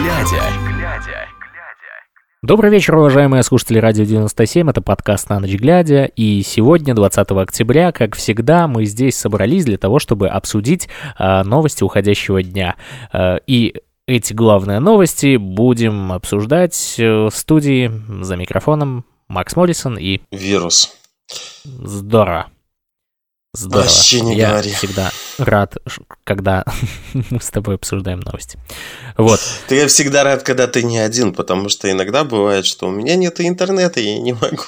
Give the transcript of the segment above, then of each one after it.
глядя. Добрый вечер, уважаемые слушатели Радио 97, это подкаст «На ночь глядя», и сегодня, 20 октября, как всегда, мы здесь собрались для того, чтобы обсудить новости уходящего дня. И эти главные новости будем обсуждать в студии за микрофоном Макс Моррисон и... Вирус. Здорово. Вообще не Я говори. всегда рад, когда мы с тобой обсуждаем новости. Вот. Я всегда рад, когда ты не один, потому что иногда бывает, что у меня нет интернета, и я не могу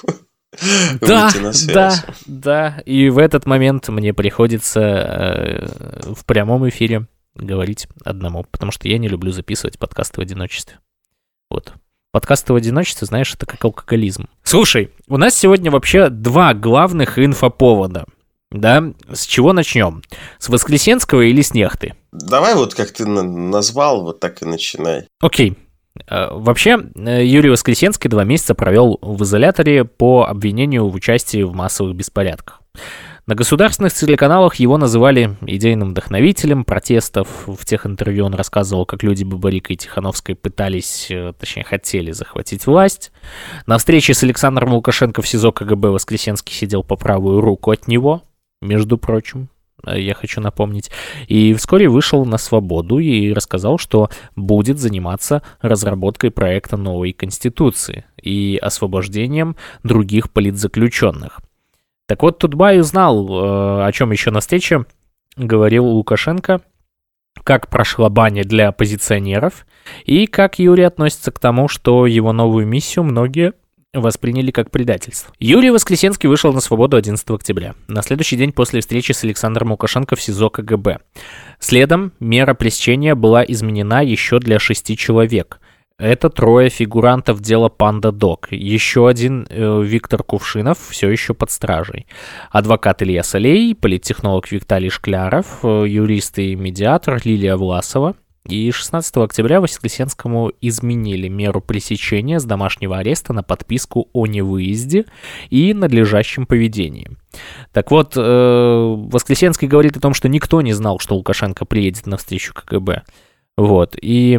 выйти на связь. Да. И в этот момент мне приходится в прямом эфире говорить одному, потому что я не люблю записывать подкасты в одиночестве. Вот. Подкасты в одиночестве, знаешь, это как алкоголизм. Слушай, у нас сегодня вообще два главных инфоповода. Да, с чего начнем? С Воскресенского или с Нехты? Давай вот как ты назвал, вот так и начинай. Окей. Вообще, Юрий Воскресенский 2 месяца провел в изоляторе по обвинению в участии в массовых беспорядках. На государственных телеканалах его называли идейным вдохновителем протестов. В тех интервью он рассказывал, как люди Бабарика и Тихановской пытались, точнее, хотели захватить власть. На встрече с Александром Лукашенко в СИЗО КГБ Воскресенский сидел по правую руку от него, между прочим, я хочу напомнить, и вскоре вышел на свободу и рассказал, что будет заниматься разработкой проекта новой Конституции и освобождением других политзаключенных. Так вот, Тутбай узнал, о чем еще на встрече говорил Лукашенко, как прошла баня для оппозиционеров, и как Юрий относится к тому, что его новую миссию многие восприняли как предательство. Юрий Воскресенский вышел на свободу 11 октября, на следующий день после встречи с Александром Лукашенко в СИЗО КГБ. Следом мера пресечения была изменена еще для 6 человек. Это 3 фигурантов дела «Панда Дог». Еще один Виктор Кувшинов все еще под стражей. Адвокат Илья Солей, политтехнолог Виталий Шкляров, юрист и медиатор Лилия Власова. И 16 октября Воскресенскому изменили меру пресечения с домашнего ареста на подписку о невыезде и надлежащем поведении. Так вот, Воскресенский говорит о том, что никто не знал, что Лукашенко приедет на встречу КГБ. Вот. И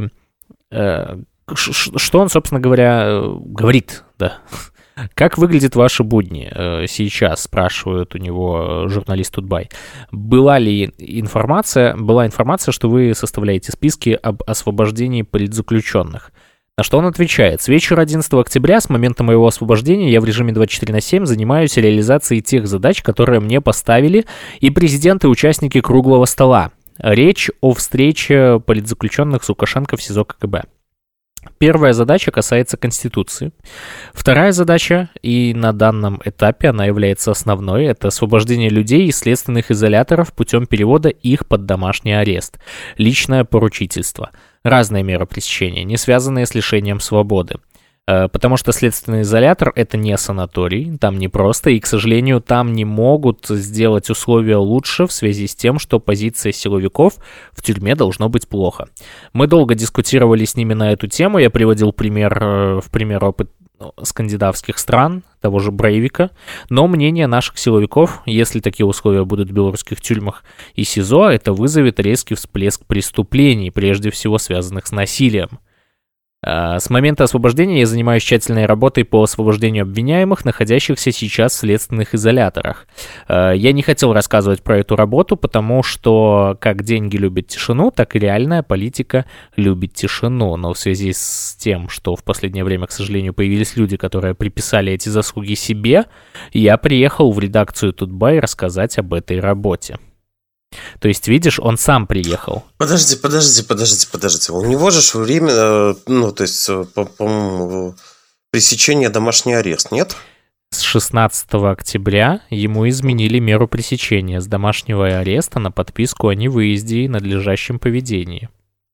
что он, собственно говоря, говорит, да. «Как выглядят ваши будни сейчас?» — спрашивает у него журналист Тутбай. Была информация, что вы составляете списки об освобождении политзаключенных? На что он отвечает: «С вечера 11 октября, с момента моего освобождения, я в режиме 24/7 занимаюсь реализацией тех задач, которые мне поставили и президент, и участники круглого стола. Речь о встрече политзаключенных с Лукашенко в СИЗО КГБ. Первая задача касается Конституции. Вторая задача, и на данном этапе она является основной, это освобождение людей из следственных изоляторов путем перевода их под домашний арест. Личное поручительство. Разные меры пресечения, не связанные с лишением свободы. Потому что следственный изолятор — это не санаторий, там не просто, и, к сожалению, там не могут сделать условия лучше в связи с тем, что позиция силовиков в тюрьме должно быть плохо. Мы долго дискутировали с ними на эту тему, я приводил в пример опыт скандинавских стран, того же Брейвика, но мнение наших силовиков, если такие условия будут в белорусских тюрьмах и СИЗО, это вызовет резкий всплеск преступлений, прежде всего связанных с насилием. С момента освобождения я занимаюсь тщательной работой по освобождению обвиняемых, находящихся сейчас в следственных изоляторах. Я не хотел рассказывать про эту работу, потому что как деньги любят тишину, так и реальная политика любит тишину. Но в связи с тем, что в последнее время, к сожалению, появились люди, которые приписали эти заслуги себе, я приехал в редакцию Тутбай рассказать об этой работе. То есть, видишь, он сам приехал. Подожди. У него же время, по-моему, пресечение домашний арест, нет? С 16 октября ему изменили меру пресечения с домашнего ареста на подписку о невыезде и надлежащем поведении.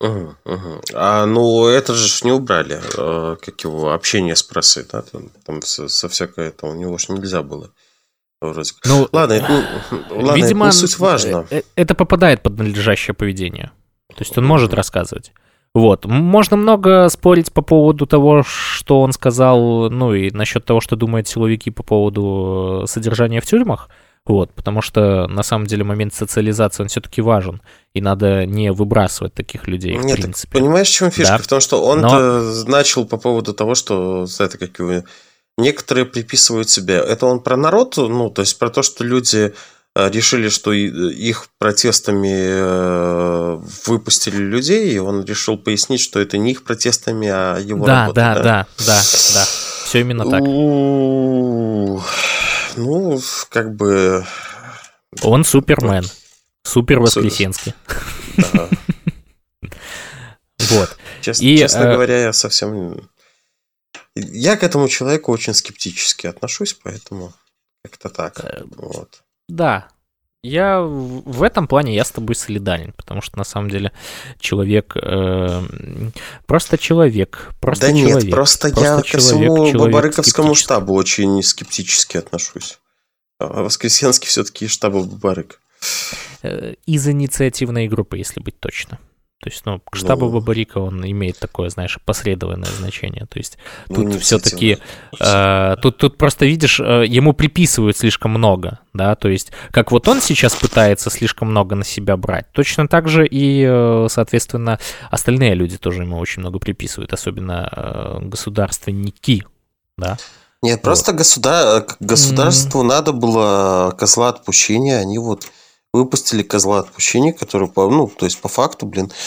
Это же не убрали, как его, общение с прессой, да? Там со всякой это у него же нельзя было. Ладно, видимо, это суть важно. Это попадает под надлежащее поведение. То есть он может рассказывать. Вот. Можно много спорить по поводу того, что он сказал, ну и насчет того, что думают силовики по поводу содержания в тюрьмах. Вот, потому что на самом деле момент социализации, он все-таки важен, и надо не выбрасывать таких людей, в принципе. Понимаешь, в чем фишка? В том, что он начал по поводу того, что это как его... Некоторые приписывают себе. Это он про народ, ну, то есть про то, что люди решили, что их протестами выпустили людей, и он решил пояснить, что это не их протестами, а его работой. Да. Все именно так. Ну, как бы... Он Супермен. Супер Воскресенский. Да. Вот. Честно говоря, я совсем... Я к этому человеку очень скептически отношусь, поэтому как-то так. Вот. Да. Я в этом плане я с тобой солидарен, потому что на самом деле человек просто человек. Да нет, просто я ко всему Бабарыковскому штабу очень скептически отношусь. А Воскресенский все-таки из штаба Бабарык. Из инициативной группы, если быть точно. То есть, к штабу Бабарика он имеет такое, знаешь, опосредованное значение. То есть тут все-таки... Тут просто, видишь, ему приписывают слишком много, да, то есть как вот он сейчас пытается слишком много на себя брать, точно так же и, соответственно, остальные люди тоже ему очень много приписывают, особенно государственники, да. Нет, просто государству надо было козла отпущения, они вот... Выпустили козла отпущения, который, то есть по факту,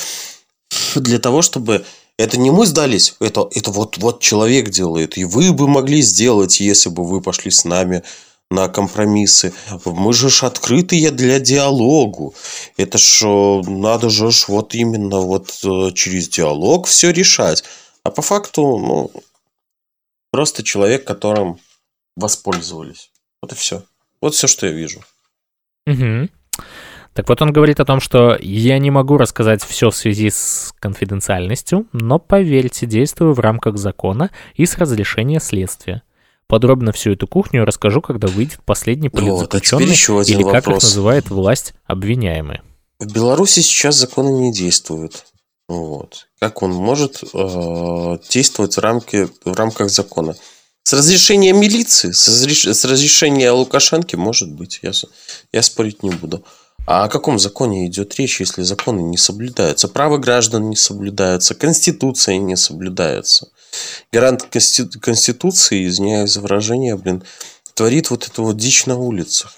для того, чтобы... Это не мы сдались, это вот человек делает. И вы бы могли сделать, если бы вы пошли с нами на компромиссы. Мы же открытые для диалогу. Это ж надо же вот именно вот через диалог все решать. А по факту, просто человек, которым воспользовались. Вот и все. Вот все, что я вижу. Угу. Так вот он говорит о том, что я не могу рассказать все в связи с конфиденциальностью, но, поверьте, действую в рамках закона и с разрешения следствия. Подробно всю эту кухню я расскажу, когда выйдет последний политзаключенный, или как их называет власть, обвиняемый. В Беларуси сейчас законы не действуют. Вот. Как он может действовать в рамках закона? С разрешения милиции, с разрешения Лукашенко, может быть, я спорить не буду. А о каком законе идет речь, если законы не соблюдаются? Права граждан не соблюдаются, Конституция не соблюдается. Гарант Конституции, извиняюсь за выражение, творит вот эту вот дичь на улицах.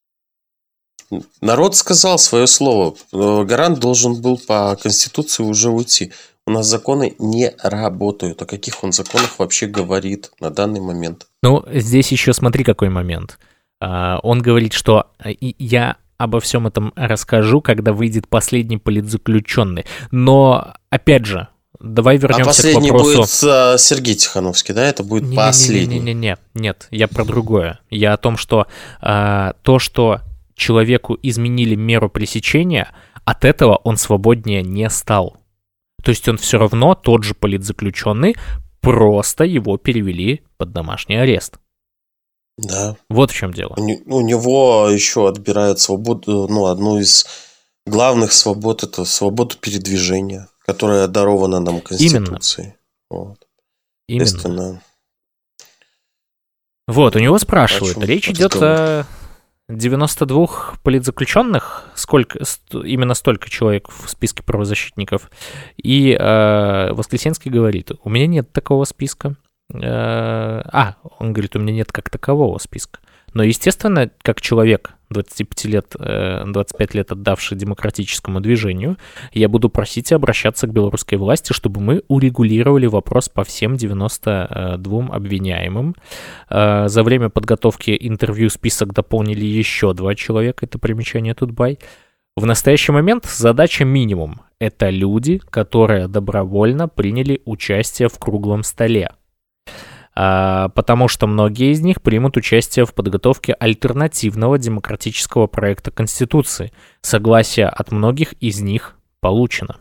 Народ сказал свое слово. Гарант должен был по Конституции уже уйти. У нас законы не работают. О каких он законах вообще говорит на данный момент? Здесь еще смотри, какой момент. Он говорит, что я обо всем этом расскажу, когда выйдет последний политзаключенный. Но, опять же, давай вернемся к вопросу... А последний будет Сергей Тихановский, да? Это будет последний? Нет, я про другое. Я о том, что то, что человеку изменили меру пресечения, от этого он свободнее не стал. То есть он все равно тот же политзаключенный, просто его перевели под домашний арест. Да. Вот в чем дело. У него еще отбирают свободу, одну из главных свобод, это свободу передвижения, которая дарована нам Конституцией. Именно. Вот, у него спрашивают, речь идет о 92 политзаключенных, именно столько человек в списке правозащитников. И Воскресенский говорит, у меня нет такого списка. Он говорит, у меня нет как такового списка. Но, естественно, как человек, 25 лет отдавший демократическому движению, я буду просить и обращаться к белорусской власти, чтобы мы урегулировали вопрос по всем 92 обвиняемым. За время подготовки интервью список дополнили еще 2 человека, это примечание Тутбай. В настоящий момент задача минимум. Это люди, которые добровольно приняли участие в круглом столе. Потому что многие из них примут участие в подготовке альтернативного демократического проекта Конституции. Согласие от многих из них получено.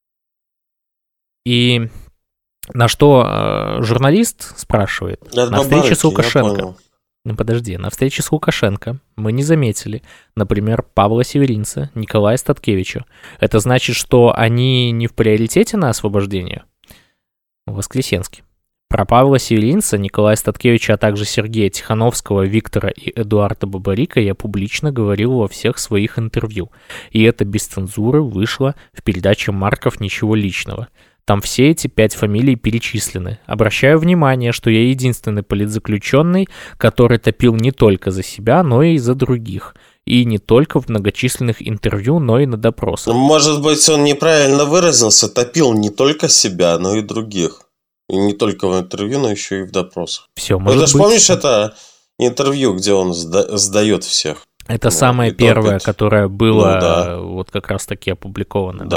И на что журналист спрашивает? На встрече с Лукашенко. На встрече с Лукашенко мы не заметили, например, Павла Северинца, Николая Статкевича. Это значит, что они не в приоритете на освобождение? Воскресенский. Про Павла Севелинца, Николая Статкевича, а также Сергея Тихановского, Виктора и Эдуарда Бабарика я публично говорил во всех своих интервью. И это без цензуры вышло в передаче «Марков. Ничего личного». Там все эти 5 фамилий перечислены. Обращаю внимание, что я единственный политзаключенный, который топил не только за себя, но и за других. И не только в многочисленных интервью, но и на допросах. Может быть, он неправильно выразился, топил не только себя, но и других. И не только в интервью, но еще и в допросах. Все, может быть. Ты же помнишь это интервью, где он сдает всех? Это самое первое, которое было вот как раз-таки опубликовано.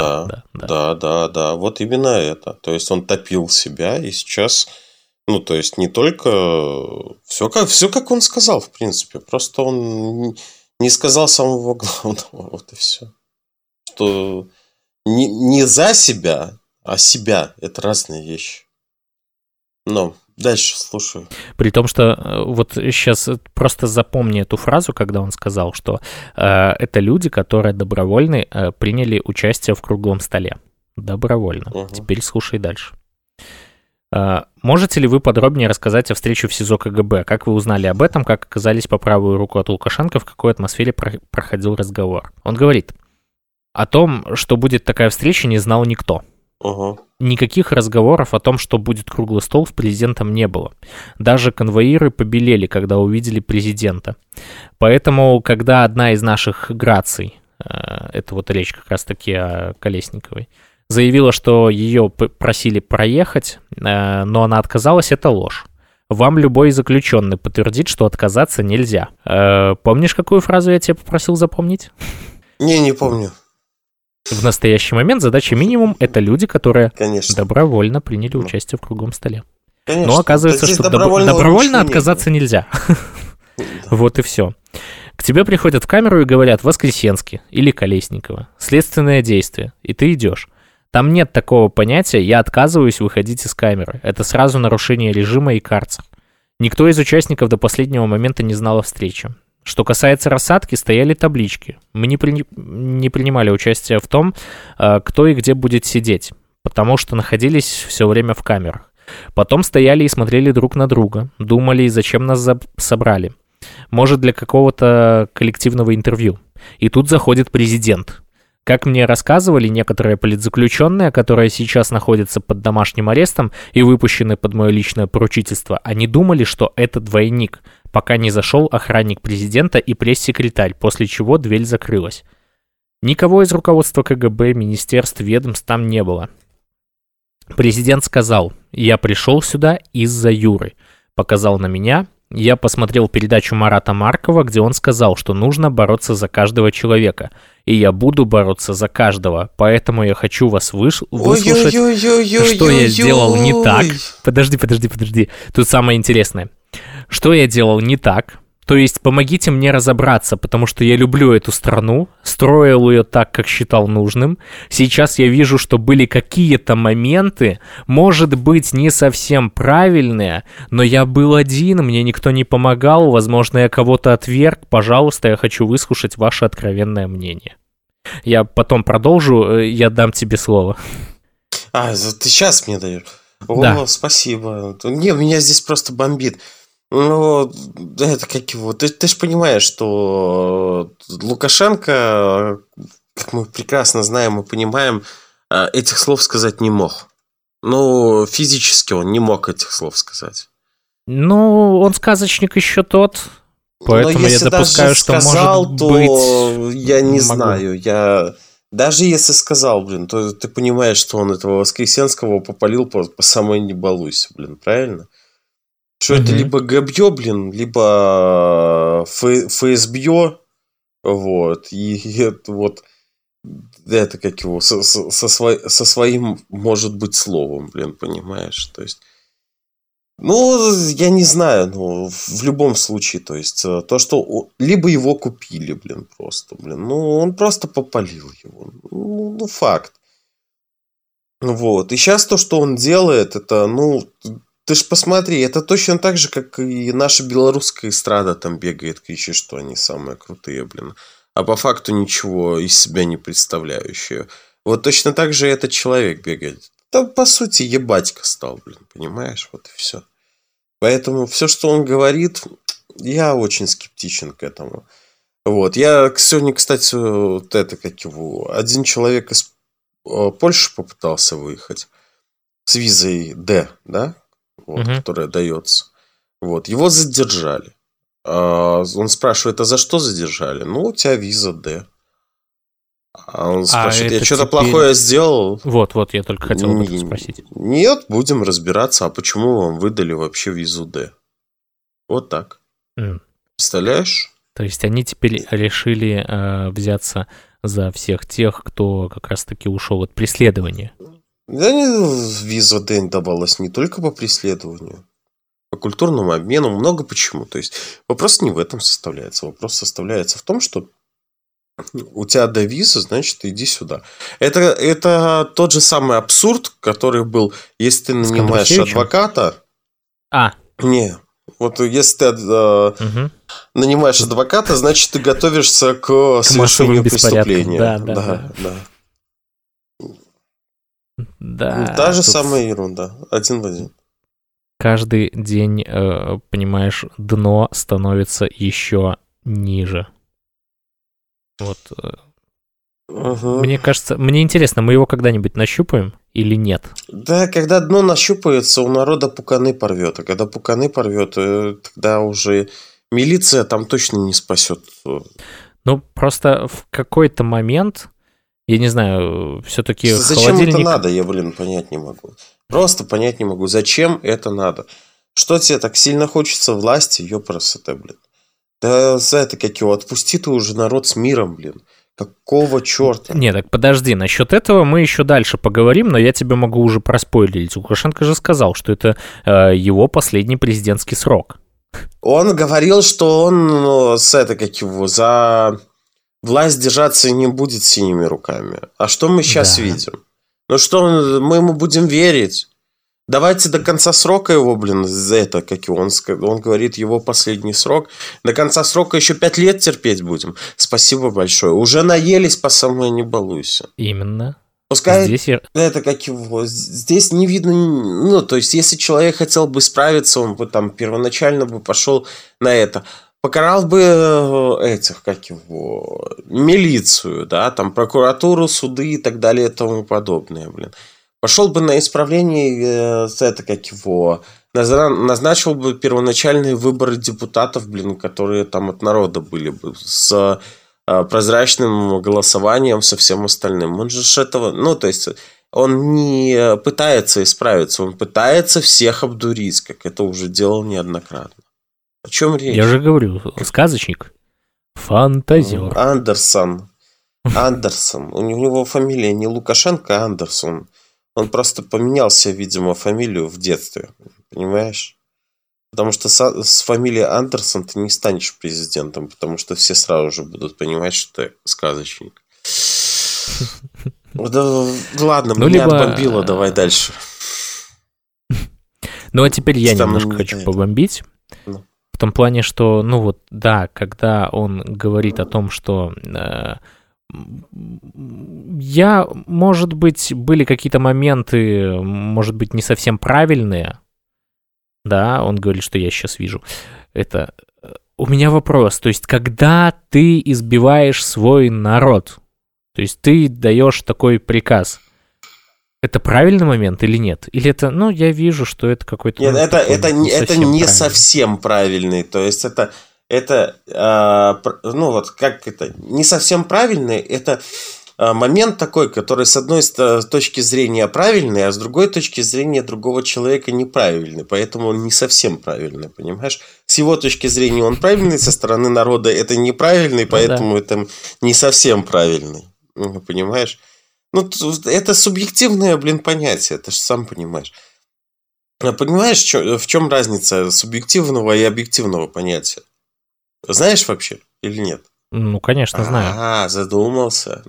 Да. Вот именно это. То есть он топил себя, и сейчас, ну, то есть не только... Все как он сказал, в принципе. Просто он не сказал самого главного. Вот и все. Что не за себя, а себя. Это разные вещи. Но дальше слушаю. При том, что вот сейчас просто запомни эту фразу, когда он сказал, что это люди, которые добровольно приняли участие в круглом столе. Добровольно. Угу. Теперь слушай дальше. Можете ли вы подробнее рассказать о встрече в СИЗО КГБ? Как вы узнали об этом? Как оказались по правую руку от Лукашенко? В какой атмосфере проходил разговор? Он говорит, о том, что будет такая встреча, не знал никто. Угу. Никаких разговоров о том, что будет круглый стол, с президентом не было. Даже конвоиры побелели, когда увидели президента. Поэтому, когда одна из наших граций, это вот речь как раз-таки о Колесниковой, заявила, что ее просили проехать, но она отказалась, это ложь. Вам любой заключенный подтвердит, что отказаться нельзя. Помнишь, какую фразу я тебя попросил запомнить? Не помню. В настоящий момент задача минимум — это люди, которые Конечно. добровольно приняли участие в круглом столе. Конечно. Но оказывается, что добровольно отказаться нельзя. Вот и все. К тебе приходят в камеру и говорят Воскресенский или Колесникова. Следственное действие. И ты идешь. Там нет такого понятия «я отказываюсь выходить из камеры». Это сразу нарушение режима и карцер. Никто из участников до последнего момента не знал о встрече. Что касается рассадки, стояли таблички. Мы не принимали участие в том, кто и где будет сидеть, потому что находились все время в камерах. Потом стояли и смотрели друг на друга, думали, зачем нас собрали. Может, для какого-то коллективного интервью. И тут заходит президент. Как мне рассказывали некоторые политзаключенные, которые сейчас находятся под домашним арестом и выпущены под мое личное поручительство, они думали, что это двойник, пока не зашел охранник президента и пресс-секретарь, после чего дверь закрылась. Никого из руководства КГБ, министерств, ведомств там не было. Президент сказал: «Я пришел сюда из-за Юры», показал на меня. Я посмотрел передачу Марата Маркова, где он сказал, что нужно бороться за каждого человека. И я буду бороться за каждого, поэтому я хочу вас выслушать, что я сделал не так. Подожди. Тут самое интересное. Что я делал не так? То есть помогите мне разобраться, потому что я люблю эту страну, строил ее так, как считал нужным. Сейчас я вижу, что были какие-то моменты, может быть, не совсем правильные, но я был один, мне никто не помогал, возможно, я кого-то отверг. Пожалуйста, я хочу выслушать ваше откровенное мнение. Я потом продолжу, я дам тебе слово. Ты сейчас мне даешь? Да. О, спасибо. Не, меня здесь просто бомбит. Ну, это как его... Ты же понимаешь, что Лукашенко, как мы прекрасно знаем и понимаем, этих слов сказать не мог. Ну, физически он не мог этих слов сказать. Ну, он сказочник еще тот, поэтому я допускаю, что сказал, может то быть... Я не знаю, Даже если сказал, то ты понимаешь, что он этого Воскресенского попалил по самой не балуйся, правильно? Что это либо ГБьё, либо ФСБьё, вот, и это вот, это как его, со своим, может быть, словом, понимаешь, то есть, ну, я не знаю, но в любом случае, то есть, то, что, либо его купили, просто, ну, он просто попалил его, ну, факт, вот, и сейчас то, что он делает, это, ну... Ты ж посмотри, это точно так же, как и наша белорусская эстрада там бегает, кричит, что они самые крутые, а по факту ничего из себя не представляющие. Вот точно так же этот человек бегает, там, по сути, ебатька стал, блин, понимаешь? Вот и все. Поэтому все, что он говорит, я очень скептичен к этому. Вот. Я сегодня, кстати, вот это, как его, один человек из Польши попытался выехать с визой D, да? Вот, которая дается. Вот. Его задержали. Он спрашивает, а за что задержали? Ну, у тебя виза D. А он спрашивает, я что-то плохое сделал? Вот, я только хотел об этом спросить. Нет, будем разбираться, а почему вам выдали вообще визу D? Вот так. Представляешь? То есть они теперь решили взяться за всех тех, кто как раз-таки ушел от преследования. Да, виза D давалась не только по преследованию, по культурному обмену, много почему. То есть вопрос не в этом составляется. Вопрос составляется в том, что у тебя D-виза, значит, иди сюда. Это тот же самый абсурд, который был, если ты нанимаешь адвоката. Не. Вот если ты нанимаешь адвоката, значит, ты готовишься к совершению преступления. Да. Та же самая ерунда. Один в один. Каждый день, понимаешь, дно становится еще ниже. Вот. Мне кажется, мне интересно, мы его когда-нибудь нащупаем или нет? Да, когда дно нащупается, у народа пуканы порвет. А когда пуканы порвет, тогда уже милиция там точно не спасет. Ну, просто в какой-то момент, я не знаю, все-таки зачем это надо, я, понять не могу. Просто понять не могу, зачем это надо. Что тебе так сильно хочется власти, ёпрст, блин. Да за это как его, отпусти ты уже народ с миром, блин. Какого черта? Не, так подожди, насчет этого мы еще дальше поговорим, но я тебе могу уже проспойлерить. Лукашенко же сказал, что это его последний президентский срок. Он говорил, что он за власть держаться не будет синими руками. А что мы сейчас видим? Ну что, мы ему будем верить? Давайте до конца срока его, он говорит, его последний срок. До конца срока еще 5 лет терпеть будем. Спасибо большое. Уже наелись по самой не балуйся. Именно. Пускай здесь не видно, ну, то есть, если человек хотел бы справиться, он бы там первоначально бы пошел на это. Покарал бы милицию, да, там, прокуратуру, суды и так далее и тому подобное, Пошел бы на исправление, назначил бы первоначальные выборы депутатов, которые там от народа были бы, с прозрачным голосованием, со всем остальным. Он же этого, он не пытается исправиться, он пытается всех обдурить, как это уже делал неоднократно. О чем речь? Я же говорю, сказочник, фантазер. Андерсон. У него фамилия не Лукашенко, а Андерсон. Он просто поменял себе, видимо, фамилию в детстве. Понимаешь? Потому что с фамилией Андерсон ты не станешь президентом, потому что все сразу же будут понимать, что ты сказочник. Да, ладно, меня отбомбило, давай дальше. Ну, а теперь я немножко хочу побомбить. В том плане, что, когда он говорит о том, что... может быть, были какие-то моменты, может быть, не совсем правильные. Да, он говорит, что я сейчас вижу. Это у меня вопрос. То есть, когда ты избиваешь свой народ, то есть ты даешь такой приказ, это правильный момент или нет? Или это, я вижу, что это какой-то... Нет, это не совсем правильный. То есть, не совсем правильный, это момент такой, который с одной точки зрения правильный, а с другой точки зрения другого человека неправильный. Поэтому он не совсем правильный, понимаешь? С его точки зрения он правильный, со стороны народа это неправильный, поэтому это не совсем правильный. Понимаешь? Это субъективное, понятие, ты же сам понимаешь. Понимаешь, в чем разница субъективного и объективного понятия? Знаешь вообще или нет? Ну, конечно, знаю. Задумался.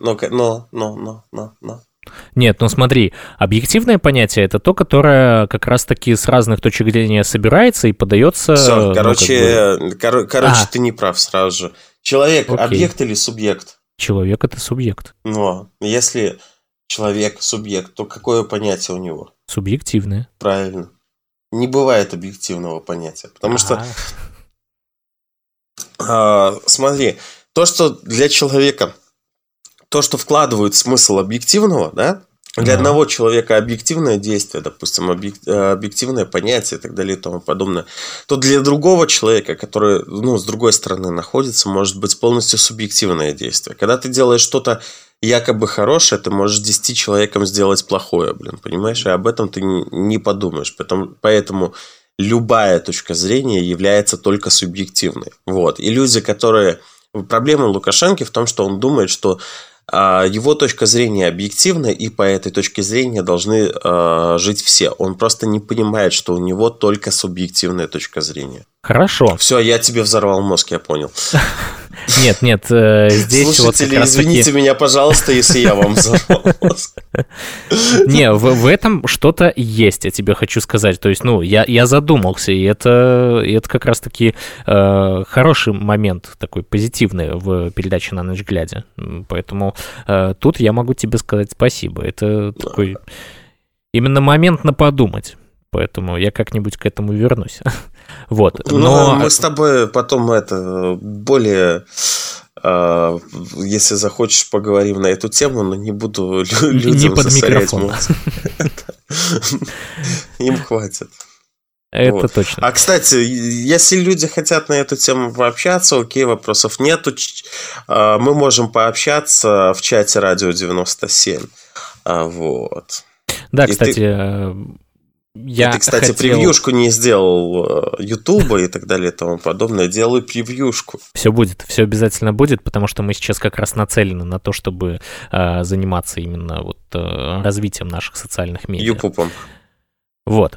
Нет, смотри, объективное понятие — это то, которое как раз-таки с разных точек зрения собирается и подается... Все, ты не прав сразу же. Человек — объект или субъект? Человек — это субъект. Но если человек, субъект, то какое понятие у него? Субъективное. Правильно. Не бывает объективного понятия. Потому что, смотри, то, что для человека, то, что вкладывают в смысл объективного, да, для одного человека объективное действие, допустим, объективное понятие и так далее и тому подобное, то для другого человека, который, с другой стороны находится, может быть полностью субъективное действие. Когда ты делаешь что-то якобы хорошее, ты можешь 10 человекам сделать плохое, понимаешь? И об этом ты не подумаешь. Поэтому любая точка зрения является только субъективной. Вот. И люди, которые... Проблема Лукашенко в том, что он думает, что его точка зрения объективна, и по этой точке зрения должны жить все. Он просто не понимает, что у него только субъективная точка зрения. Хорошо. Все, я тебе взорвал мозг, я понял. Нет, здесь слушатели, вот извините меня, пожалуйста, если я вам взорвал мозг. Не, в этом что-то есть, я тебе хочу сказать. То есть, я задумался, и это как раз-таки хороший момент, такой позитивный в передаче «На ночь глядя». Поэтому тут я могу тебе сказать спасибо. Это такой именно момент на подумать. Поэтому я как-нибудь к этому вернусь. Вот. Но мы с тобой потом более, если захочешь, поговорим на эту тему, но не буду людям засорять мозг. Им хватит. Это точно. А, кстати, если люди хотят на эту тему пообщаться, окей, вопросов нету. Мы можем пообщаться в чате Радио 97. Вот. Да, кстати... Ты, кстати, превьюшку не сделал Ютуба и так далее и тому подобное. Делай превьюшку. Все будет, все обязательно будет, потому что мы сейчас как раз нацелены на то, чтобы заниматься именно развитием наших социальных медиа. Ютубом. Вот.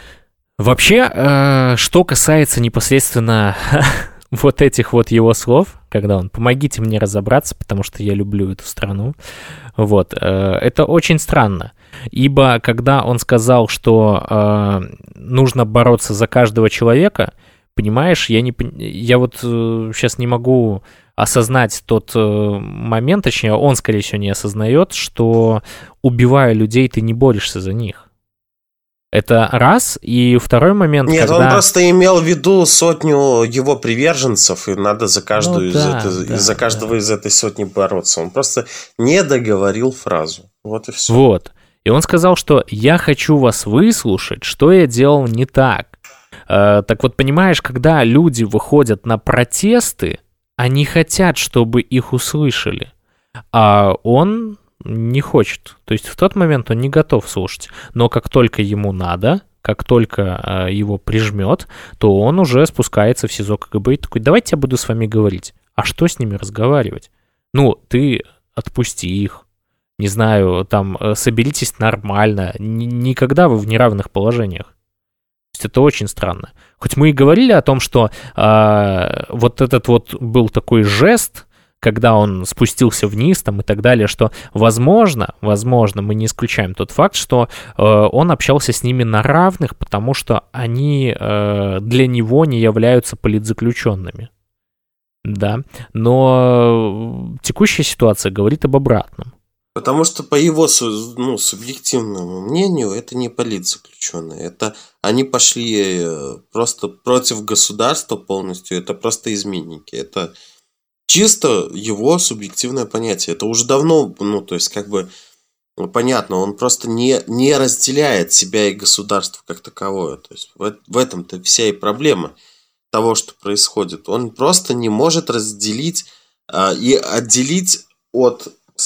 Вообще, что касается непосредственно вот этих вот его слов, когда он «помогите мне разобраться, потому что я люблю эту страну», вот, это очень странно. Ибо когда он сказал, что нужно бороться за каждого человека, понимаешь, я вот сейчас не могу осознать тот момент, точнее, он, скорее всего, не осознает, что, убивая людей, ты не борешься за них. Это раз. И второй момент, Нет, он просто имел в виду сотню его приверженцев, и надо за каждую за каждого из этой сотни бороться. Он просто не договорил фразу. Вот и все. Вот. И он сказал, что «я хочу вас выслушать, что я делал не так». Так вот, понимаешь, когда люди выходят на протесты, они хотят, чтобы их услышали, а он не хочет. То есть в тот момент он не готов слушать. Но как только ему надо, как только его прижмет, то он уже спускается в СИЗО КГБ и такой: давайте я буду с вами говорить. А что с ними разговаривать? Ты отпусти их. Не знаю, там, соберитесь нормально. Никогда вы в неравных положениях. То есть это очень странно. Хоть мы и говорили о том, что вот этот вот был такой жест, когда он спустился вниз там, и так далее, что, возможно, мы не исключаем тот факт, что он общался с ними на равных, потому что они для него не являются политзаключенными. Да, но текущая ситуация говорит об обратном. Потому что по его субъективному мнению это не политзаключенные. Это они пошли просто против государства полностью. Это просто изменники. Это чисто его субъективное понятие. Это уже давно, то есть понятно, он просто не разделяет себя и государство как таковое. То есть в этом-то вся и проблема того, что происходит. Он просто не может разделить и отделить от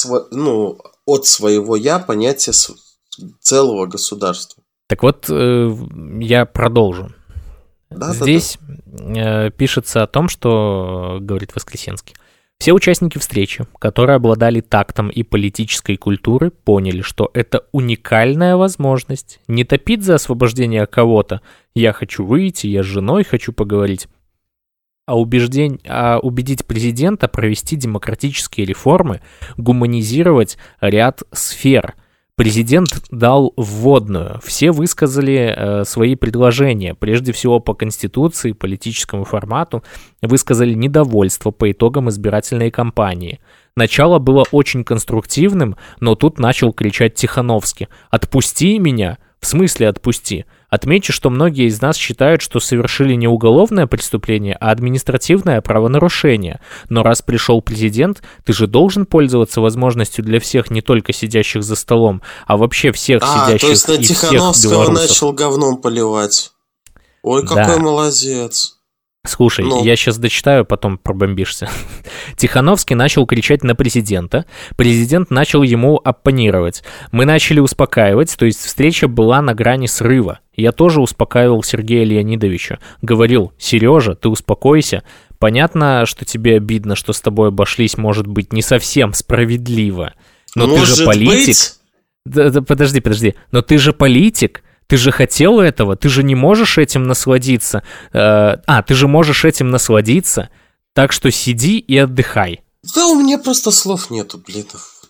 своего «я» понятие целого государства. Так вот, я продолжу. Здесь пишется о том, что, говорит Воскресенский, все участники встречи, которые обладали тактом и политической культурой, поняли, что это уникальная возможность не топить за освобождение кого-то «я хочу выйти, я с женой хочу поговорить», а убедить президента провести демократические реформы, гуманизировать ряд сфер. Президент дал вводную. Все высказали свои предложения. Прежде всего по Конституции, политическому формату. Высказали недовольство по итогам избирательной кампании. Начало было очень конструктивным, но тут начал кричать Тихановский: «Отпусти меня!» В смысле «отпусти»? Отмечу, что многие из нас считают, что совершили не уголовное преступление, а административное правонарушение. Но раз пришел президент, ты же должен пользоваться возможностью для всех, не только сидящих за столом, а вообще всех сидящих то есть на и всех Тихановского белорусов. начал говном поливать. Ой, какой молодец. Слушай, я сейчас дочитаю, потом пробомбишься. Тихановский начал кричать на президента. Президент начал ему оппонировать. Мы начали успокаивать, то есть встреча была на грани срыва. Я тоже успокаивал Сергея Леонидовича. Говорил: «Сережа, ты успокойся. Понятно, что тебе обидно, что с тобой обошлись, может быть, не совсем справедливо. Но ты же политик». Да, подожди. Но ты же политик. Ты же хотел этого, ты же не можешь этим насладиться. Ты же можешь этим насладиться, так что сиди и отдыхай. Да у меня просто слов нету, блин.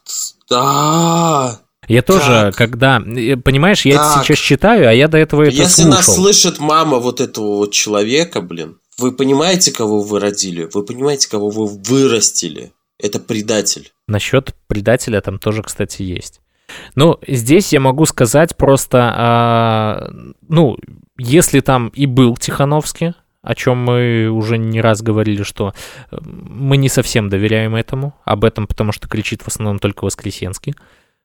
Да. Я тоже, когда... Понимаешь, я это сейчас читаю, а я до этого это Если слушал. нас слышит мама вот этого вот человека, блин, вы понимаете, кого вы родили? Вы понимаете, кого вы вырастили? Это предатель. Насчет предателя там тоже, кстати, есть. Ну, здесь я могу сказать просто, если там и был Тихановский, о чем мы уже не раз говорили, что мы не совсем доверяем этому, об этом, потому что кричит в основном только Воскресенский,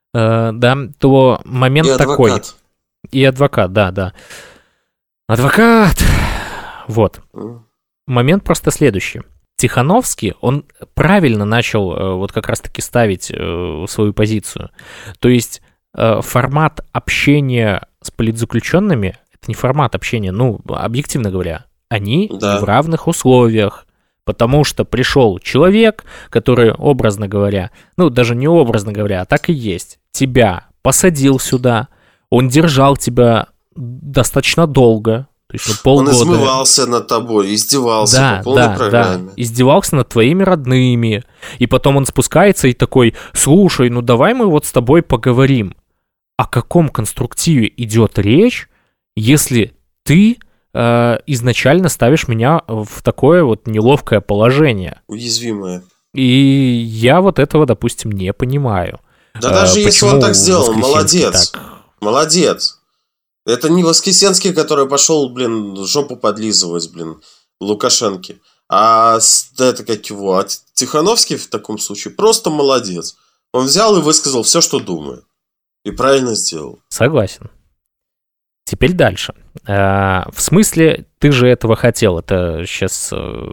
то момент и такой. Адвокат. И адвокат, да. Адвокат! Вот. Момент просто следующий. Тихановский, он правильно начал вот как раз-таки ставить свою позицию. То есть формат общения с политзаключенными — это не формат общения, объективно говоря, они не в равных условиях, потому что пришел человек, который, образно говоря, даже не образно говоря, а так и есть, тебя посадил сюда, он держал тебя достаточно долго, то есть полгода. Он измывался над тобой, издевался по полной программе. Издевался над твоими родными. И потом он спускается и такой: слушай, давай мы вот с тобой поговорим. О каком конструктиве идет речь, если ты изначально ставишь меня в такое вот неловкое положение? Уязвимое. И я вот этого, допустим, не понимаю. Да даже если он так сделал, молодец. Молодец. Это не Воскресенский, который пошел, жопу подлизывать, Лукашенке. А Тихановский в таком случае просто молодец. Он взял и высказал все, что думает. И правильно сделал. Согласен. Теперь дальше. В смысле, ты же этого хотел? Это сейчас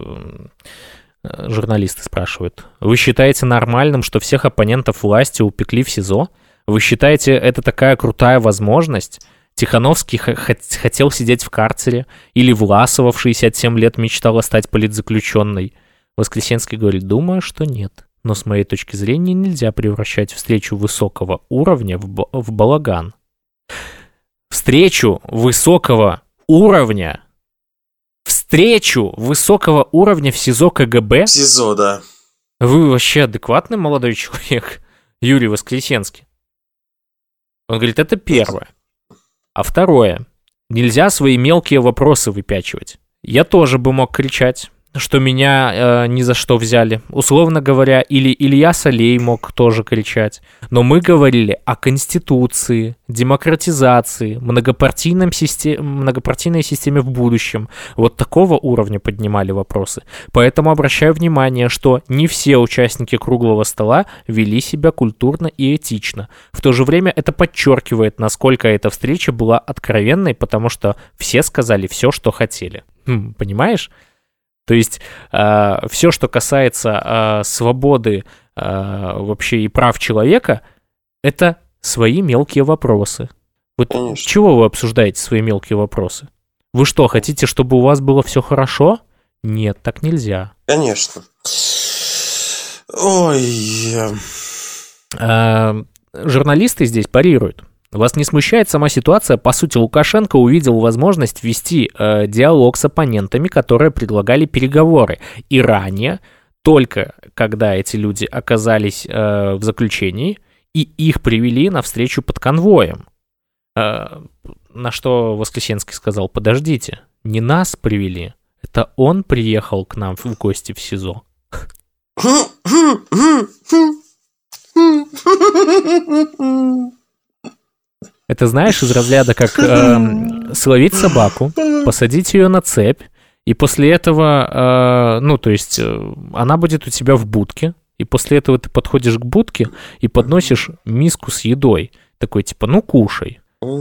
журналисты спрашивают. Вы считаете нормальным, что всех оппонентов власти упекли в СИЗО? Вы считаете, это такая крутая возможность? Тихановский хотел сидеть в карцере, или Власова в 67 лет мечтала стать политзаключенной. Воскресенский говорит: думаю, что нет. Но с моей точки зрения нельзя превращать встречу высокого уровня в балаган. Встречу высокого уровня в СИЗО КГБ? В СИЗО, да. Вы вообще адекватный молодой человек, Юрий Воскресенский? Он говорит: это первое. А второе. Нельзя свои мелкие вопросы выпячивать. Я тоже бы мог кричать, что меня ни за что взяли. Условно говоря, или Илья Солей мог тоже кричать. Но мы говорили о конституции, демократизации, многопартийной системе в будущем. Вот такого уровня поднимали вопросы. Поэтому обращаю внимание, что не все участники круглого стола вели себя культурно и этично. В то же время это подчеркивает, насколько эта встреча была откровенной, потому что все сказали все, что хотели. Понимаешь? То есть все, что касается свободы вообще и прав человека, это свои мелкие вопросы. Вот чего вы обсуждаете свои мелкие вопросы? Вы что, хотите, чтобы у вас было все хорошо? Нет, так нельзя. Конечно. Ой. Журналисты здесь парируют. Вас не смущает сама ситуация? По сути, Лукашенко увидел возможность вести диалог с оппонентами, которые предлагали переговоры. И ранее, только когда эти люди оказались в заключении, и их привели на встречу под конвоем. На что Воскресенский сказал: подождите, не нас привели, это он приехал к нам в гости в СИЗО. Это, знаешь, из разряда как словить собаку, посадить ее на цепь, и после этого, то есть она будет у тебя в будке, и после этого ты подходишь к будке и подносишь миску с едой. Такой, типа, кушай.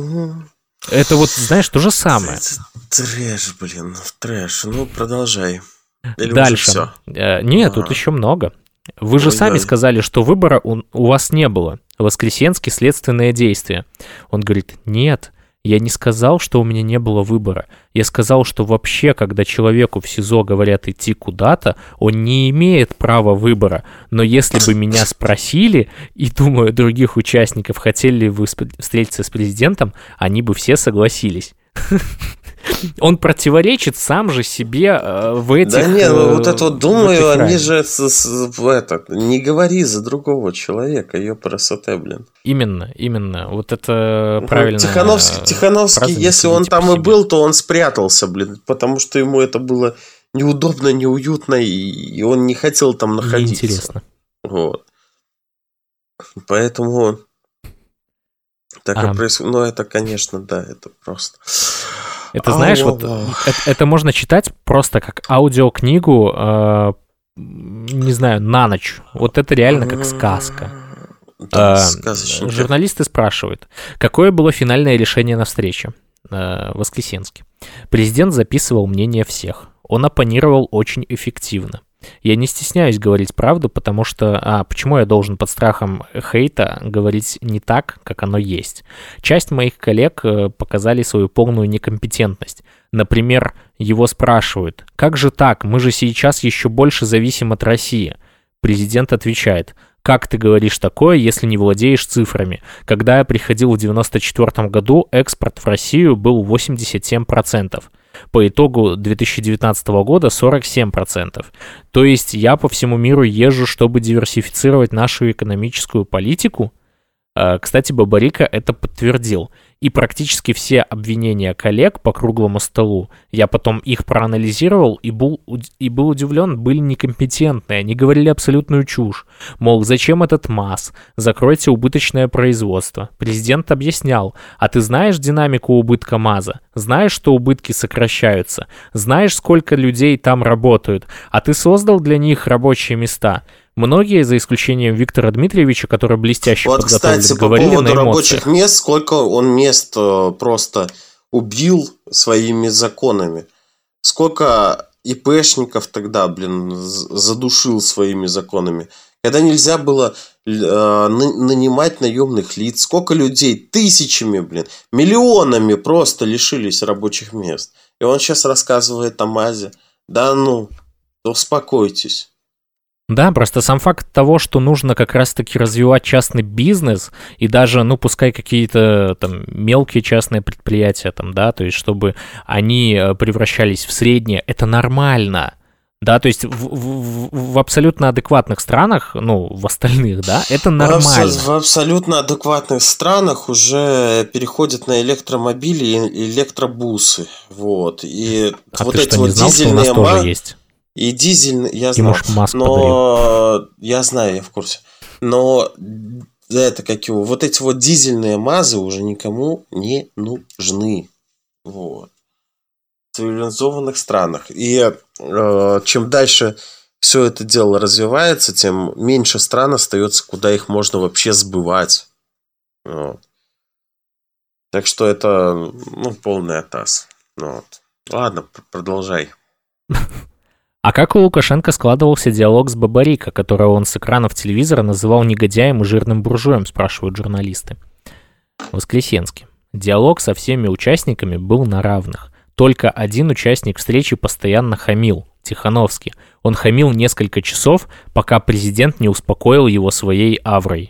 Это вот, знаешь, то же самое. Трэш, блин, трэш. Продолжай. Или дальше. Уже всё? Нет, тут еще много. Вы же сами сказали, что выбора у вас не было. Воскресенский следственное действие. Он говорит, нет, я не сказал, что у меня не было выбора. Я сказал, что вообще, когда человеку в СИЗО говорят идти куда-то, он не имеет права выбора. Но если бы меня спросили, и, думаю, других участников, хотели ли вы встретиться с президентом, они бы все согласились. Он противоречит сам же себе в этих... Да нет, вот это вот думаю, они же не говори за другого человека, ёпрст, блин. Именно. Вот это правильно. Тихановский, если он там и был, то он спрятался, блин, потому что ему это было неудобно, неуютно, и он не хотел там находиться. Неинтересно. Вот. Поэтому... Так и происходит. Ну, это, конечно, да, это просто... Это, знаешь, это можно читать просто как аудиокнигу, не знаю, на ночь. Вот это реально как сказка. Журналисты спрашивают, какое было финальное решение на встрече? Воскресенский. Президент записывал мнение всех. Он оппонировал очень эффективно. Я не стесняюсь говорить правду, потому что... почему я должен под страхом хейта говорить не так, как оно есть? Часть моих коллег показали свою полную некомпетентность. Например, его спрашивают, как же так, мы же сейчас еще больше зависим от России. Президент отвечает, как ты говоришь такое, если не владеешь цифрами? Когда я приходил в 1994 году, экспорт в Россию был 87%. По итогу 2019 года 47%. То есть я по всему миру езжу, чтобы диверсифицировать нашу экономическую политику? Кстати, Бабарико это подтвердил. И практически все обвинения коллег по круглому столу, я потом их проанализировал и был удивлен, были некомпетентные. Они говорили абсолютную чушь. Мол, зачем этот МАЗ? Закройте убыточное производство. Президент объяснял, а ты знаешь динамику убытка МАЗа? Знаешь, что убытки сокращаются? Знаешь, сколько людей там работают? А ты создал для них рабочие места? Многие, за исключением Виктора Дмитриевича, который блестяще подготовлен, кстати, говорили на эмоциях. по поводу рабочих мест, сколько он мест просто убил своими законами. Сколько ИПшников тогда, задушил своими законами. Когда нельзя было нанимать наемных лиц. Сколько людей тысячами, миллионами просто лишились рабочих мест. И он сейчас рассказывает о МАЗе. Да успокойтесь. Да, просто сам факт того, что нужно как раз-таки развивать частный бизнес, и даже, пускай какие-то там мелкие частные предприятия, то есть чтобы они превращались в средние, это нормально. Да, то есть в абсолютно адекватных странах, в остальных, да, это нормально. В абсолютно адекватных странах уже переходят на электромобили и электробусы. Вот. И вот эти вот дизельные тоже есть? И дизельный, я знаю, но я знаю, я в курсе. Но вот эти вот дизельные МАЗы уже никому не нужны. Вот. В цивилизованных странах. И чем дальше все это дело развивается, тем меньше стран остается, куда их можно вообще сбывать. Вот. Так что это полный атас. Вот. Ладно, продолжай. А как у Лукашенко складывался диалог с Бабарико, которого он с экранов телевизора называл негодяем и жирным буржуем, спрашивают журналисты. Воскресенский. Диалог со всеми участниками был на равных. Только один участник встречи постоянно хамил, Тихановский. Он хамил несколько часов, пока президент не успокоил его своей аурой.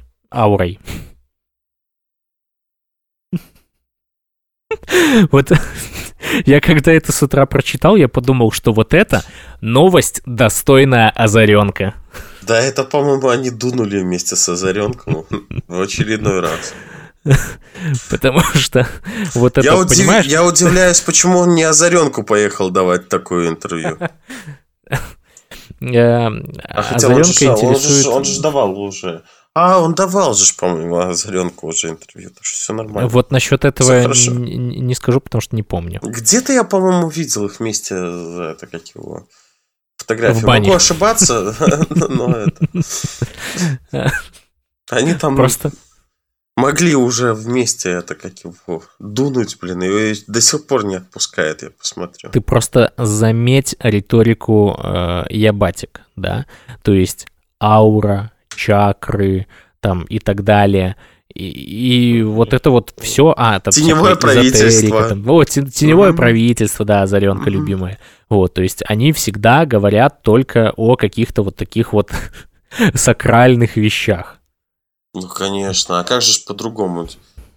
Вот... Я когда это с утра прочитал, я подумал, что вот это новость, достойная Озаренка. Да, это, по-моему, они дунули вместе с Озаренком в очередной раз. Потому что вот это, понимаешь... Я удивляюсь, почему он не Озаренку поехал давать такое интервью. Озаренко интересует... Он же давал уже. Он давал же, по-моему, Озаренко уже интервью, так что все нормально. Вот насчет этого не скажу, потому что не помню. Где-то я, по-моему, видел их вместе, это как его... Фотографию. В бане. Могу ошибаться, но это... Они там Просто... могли уже вместе это как его дунуть, блин, и до сих пор не отпускает, я посмотрю. Ты просто заметь риторику ябатик, да? То есть аура, чакры там и так далее. И вот это вот все... это теневое правительство. Там, вот, теневое правительство, да, Озаренко любимое. Вот, то есть они всегда говорят только о каких-то вот таких вот сакральных вещах. Ну, конечно. А как же по-другому?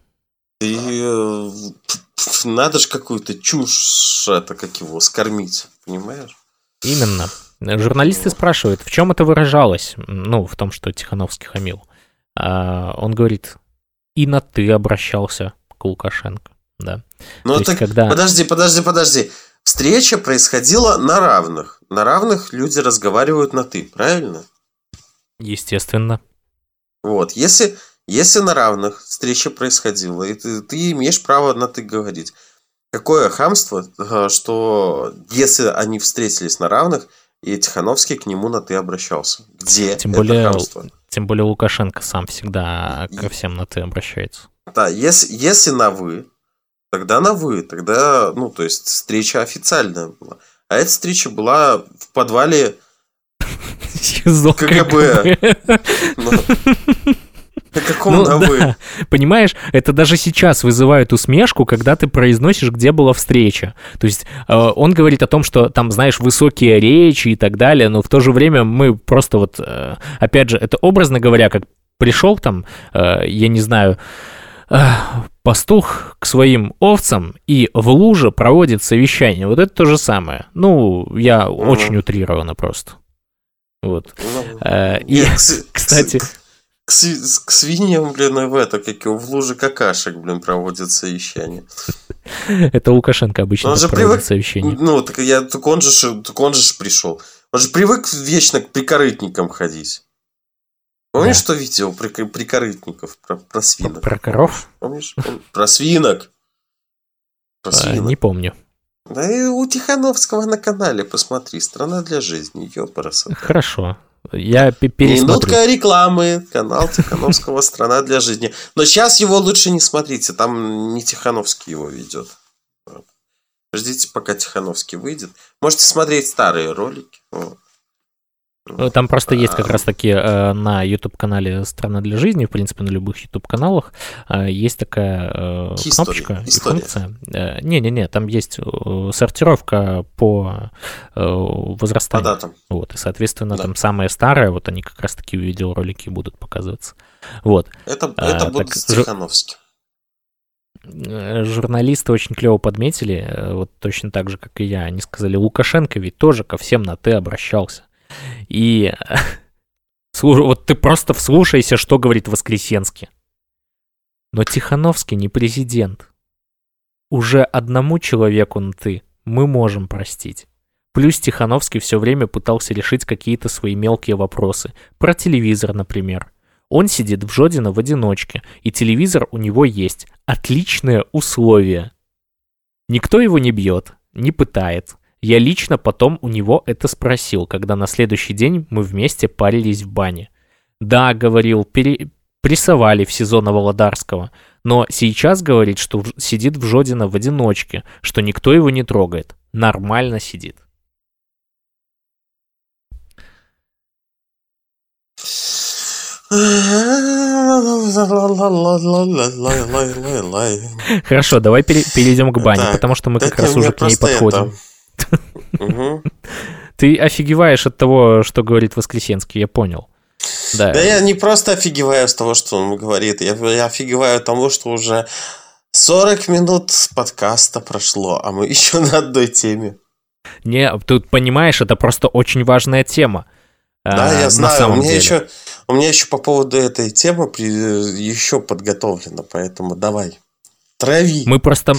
Надо же какую-то чушь, это как его, скормить, понимаешь? Именно. Журналисты спрашивают, в чем это выражалось? Ну, в том, что Тихановский хамил. Он говорит, и на «ты» обращался к Лукашенко. Да. Ну, так, когда... подожди. Встреча происходила на равных. На равных люди разговаривают на «ты», правильно? Естественно. Вот, если на равных встреча происходила, и ты имеешь право на «ты» говорить. Какое хамство, что если они встретились на равных, и Тихановский к нему на «ты» обращался. Где тем это более, хамство? Тем более Лукашенко сам всегда ко всем на «ты» обращается. Да, если на «вы», тогда на «вы». Тогда, ну, то есть, встреча официальная была. А эта встреча была в подвале КГБ. На каком на «вы»? Понимаешь, это даже сейчас вызывает усмешку, когда ты произносишь, где была встреча. То есть он говорит о том, что там, знаешь, высокие речи и так далее, но в то же время мы просто вот, опять же, это образно говоря, как пришел там, я не знаю, пастух к своим овцам и в луже проводит совещание. Вот это то же самое. Ну, я очень утрированно просто. Вот. И, кстати... К свиньям, блин, в луже какашек, блин, проводят совещание. Это Лукашенко обычно проводит совещание. Ну, так он же пришел. Он же привык вечно к прикорытникам ходить. Помнишь, что видел про прикорытников, про свинок? Про коров? Помнишь? Про свинок. Не помню. Да и у Тихановского на канале посмотри. «Страна для жизни». Ёпарасота. Хорошо. Я пересмотрю. Минутка рекламы. Канал Тихановского «Страна для жизни». Но сейчас его лучше не смотрите. Там не Тихановский его ведет. Ждите, пока Тихановский выйдет. Можете смотреть старые ролики. Там просто есть как раз-таки на YouTube-канале «Страна для жизни», в принципе, на любых YouTube-каналах, есть такая кнопочка и функция. Не-не-не, там есть сортировка по возрастанию. По датам. Вот, и, соответственно, там самое старое, вот они как раз-таки в видеоролике будут показываться. Вот. Это будет с Тихановским. Журналисты очень клево подметили, вот точно так же, как и я. Они сказали, Лукашенко ведь тоже ко всем на «ты» обращался. И вот ты просто вслушайся, что говорит Воскресенский. Но Тихановский не президент. Уже одному человеку на «ты» мы можем простить. Плюс Тихановский все время пытался решить какие-то свои мелкие вопросы. Про телевизор, например. Он сидит в Жодино в одиночке, и телевизор у него есть. Отличные условия. Никто его не бьет, не пытает. Я лично потом у него это спросил, когда на следующий день мы вместе парились в бане. Да, говорил, прессовали в сезона Володарского, но сейчас говорит, что сидит в Жодино в одиночке, что никто его не трогает. Нормально сидит. Хорошо, давай перейдем к бане, потому что мы как раз уже к ней подходим. Ты офигеваешь от того, что говорит Воскресенский, я понял. Да, я не просто офигеваю с того, что он говорит, я офигеваю от того, что уже 40 минут подкаста прошло, а мы еще на одной теме. Не, тут понимаешь, это просто очень важная тема. Да, я знаю, у меня еще по поводу этой темы еще подготовлено, поэтому давай. Трави. Мы просто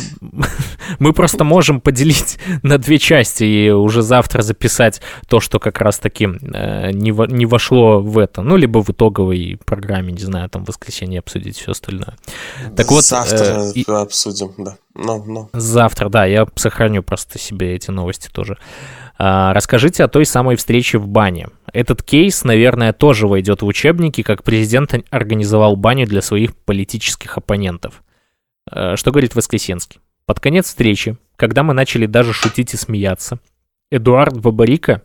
можем поделить на две части и уже завтра записать то, что как раз-таки не вошло в это. Ну, либо в итоговой программе, не знаю, там в воскресенье обсудить все остальное. Так вот, завтра обсудим, да. Завтра, да, я сохраню просто себе эти новости тоже. Расскажите о той самой встрече в бане. Этот кейс, наверное, тоже войдет в учебники, как президент организовал баню для своих политических оппонентов. Что говорит Воскресенский? Под конец встречи, когда мы начали даже шутить и смеяться, Эдуард Бабарико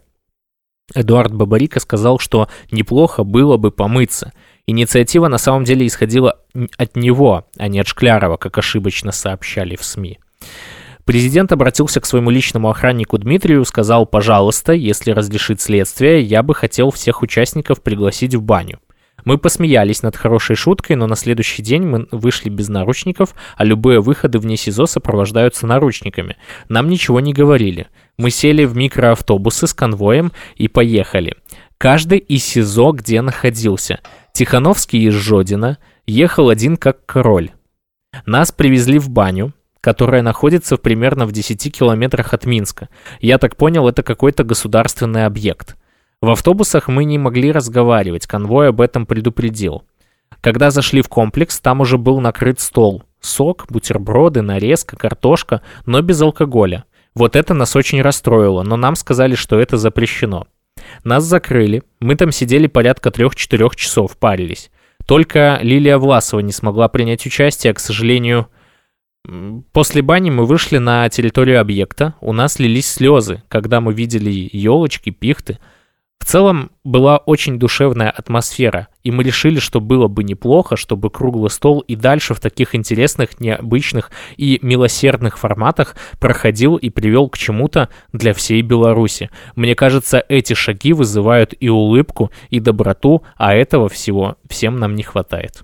сказал, что неплохо было бы помыться. Инициатива на самом деле исходила от него, а не от Шклярова, как ошибочно сообщали в СМИ. Президент обратился к своему личному охраннику Дмитрию, сказал: «Пожалуйста, если разрешит следствие, я бы хотел всех участников пригласить в баню». Мы посмеялись над хорошей шуткой, но на следующий день мы вышли без наручников, а любые выходы вне СИЗО сопровождаются наручниками. Нам ничего не говорили. Мы сели в микроавтобусы с конвоем и поехали. Каждый из СИЗО, где находился. Тихановский из Жодина ехал один как король. Нас привезли в баню, которая находится примерно в 10 километрах от Минска. Я так понял, это какой-то государственный объект. В автобусах мы не могли разговаривать, конвой об этом предупредил. Когда зашли в комплекс, там уже был накрыт стол. Сок, бутерброды, нарезка, картошка, но без алкоголя. Вот это нас очень расстроило, но нам сказали, что это запрещено. Нас закрыли, мы там сидели порядка 3-4 часов, парились. Только Лилия Власова не смогла принять участие, к сожалению. После бани мы вышли на территорию объекта, у нас лились слезы, когда мы видели елочки, пихты. В целом была очень душевная атмосфера, и мы решили, что было бы неплохо, чтобы круглый стол и дальше в таких интересных, необычных и милосердных форматах проходил и привел к чему-то для всей Беларуси. Мне кажется, эти шаги вызывают и улыбку, и доброту, а этого всего всем нам не хватает.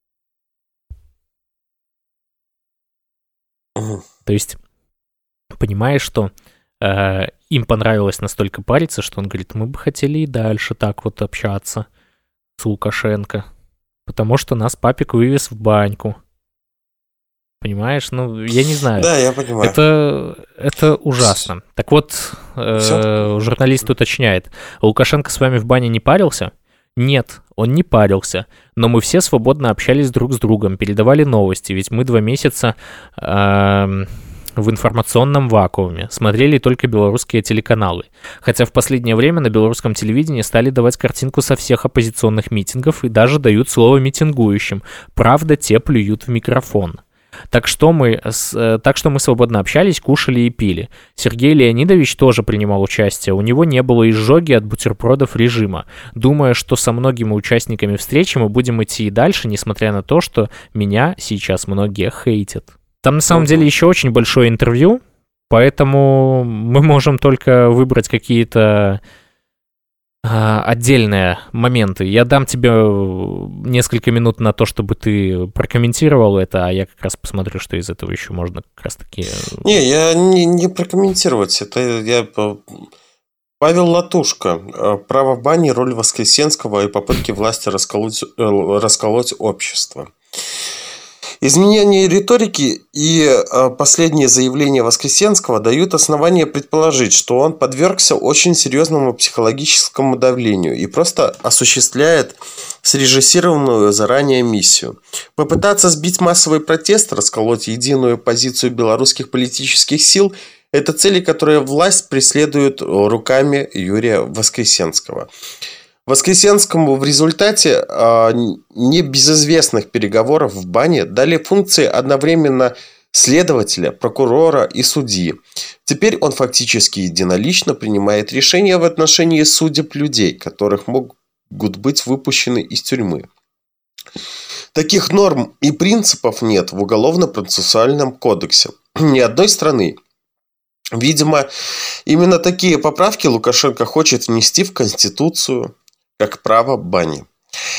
То есть, понимаешь, что им понравилось настолько париться, что он говорит: мы бы хотели и дальше так вот общаться с Лукашенко, потому что нас папик вывез в баньку. Понимаешь? Ну, я не знаю. Да, я понимаю. Это ужасно. Так вот, журналист уточняет: Лукашенко с вами в бане не парился? Нет, он не парился, но мы все свободно общались друг с другом, передавали новости, ведь мы 2 месяца в информационном вакууме, смотрели только белорусские телеканалы. Хотя в последнее время на белорусском телевидении стали давать картинку со всех оппозиционных митингов и даже дают слово митингующим. Правда, те плюют в микрофон. Так что мы свободно общались, кушали и пили. Сергей Леонидович тоже принимал участие. У него не было изжоги от бутербродов режима. Думаю, что со многими участниками встречи мы будем идти и дальше, несмотря на то, что меня сейчас многие хейтят. Там на самом деле еще очень большое интервью, поэтому мы можем только выбрать какие-то отдельные моменты. Я дам тебе несколько минут на то, чтобы ты прокомментировал это, а я как раз посмотрю, что из этого еще можно как раз-таки... Не, я не прокомментировать. Это я... Павел Латушко. Право в бане, роль Воскресенского и попытки власти расколоть общество. Изменение риторики и последние заявления Воскресенского дают основания предположить, что он подвергся очень серьезному психологическому давлению и просто осуществляет срежиссированную заранее миссию. Попытаться сбить массовый протест, расколоть единую позицию белорусских политических сил – это цели, которые власть преследует руками Юрия Воскресенского. Воскресенскому в результате небезызвестных переговоров в бане дали функции одновременно следователя, прокурора и судьи. Теперь он фактически единолично принимает решения в отношении судеб людей, которых могут быть выпущены из тюрьмы. Таких норм и принципов нет в Уголовно-процессуальном кодексе ни одной страны. Видимо, именно такие поправки Лукашенко хочет внести в Конституцию, как право бани.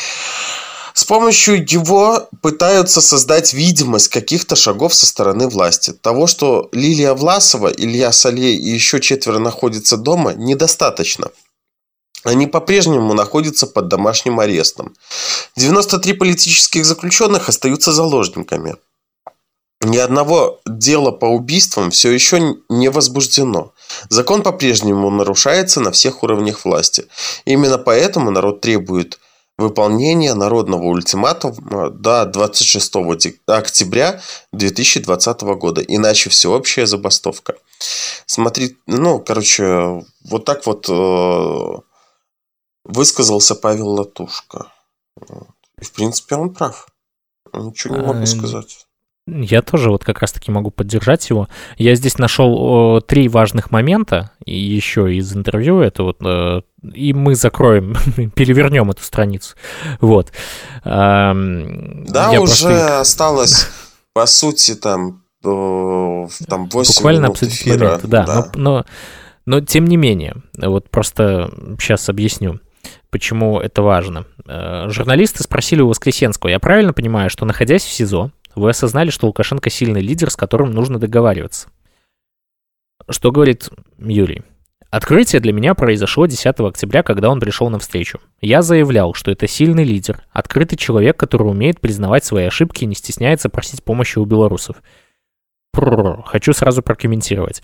С помощью его пытаются создать видимость каких-то шагов со стороны власти. Того, что Лилия Власова, Илья Солей и еще 4 находятся дома, недостаточно. Они по-прежнему находятся под домашним арестом. 93 политических заключенных остаются заложниками. Ни одного дела по убийствам все еще не возбуждено. Закон по-прежнему нарушается на всех уровнях власти. Именно поэтому народ требует выполнения народного ультиматума до 26 октября 2020 года. Иначе всеобщая забастовка. Смотри, вот так вот высказался Павел Латушко. И, в принципе, он прав. Ничего не могу сказать. Я тоже вот как раз-таки могу поддержать его. Я здесь нашел 3 важных момента еще из интервью. Это вот, и мы закроем, перевернем эту страницу. Вот. Да, уже осталось, по сути, там 8 буквально минут обсудить эфира. моменты, да. Но тем не менее, вот просто сейчас объясню, почему это важно. Журналисты спросили у Воскресенского: я правильно понимаю, что, находясь в СИЗО, вы осознали, что Лукашенко сильный лидер, с которым нужно договариваться? Что говорит Юрий? Открытие для меня произошло 10 октября, когда он пришел на встречу. Я заявлял, что это сильный лидер, открытый человек, который умеет признавать свои ошибки и не стесняется просить помощи у белорусов. Хочу сразу прокомментировать.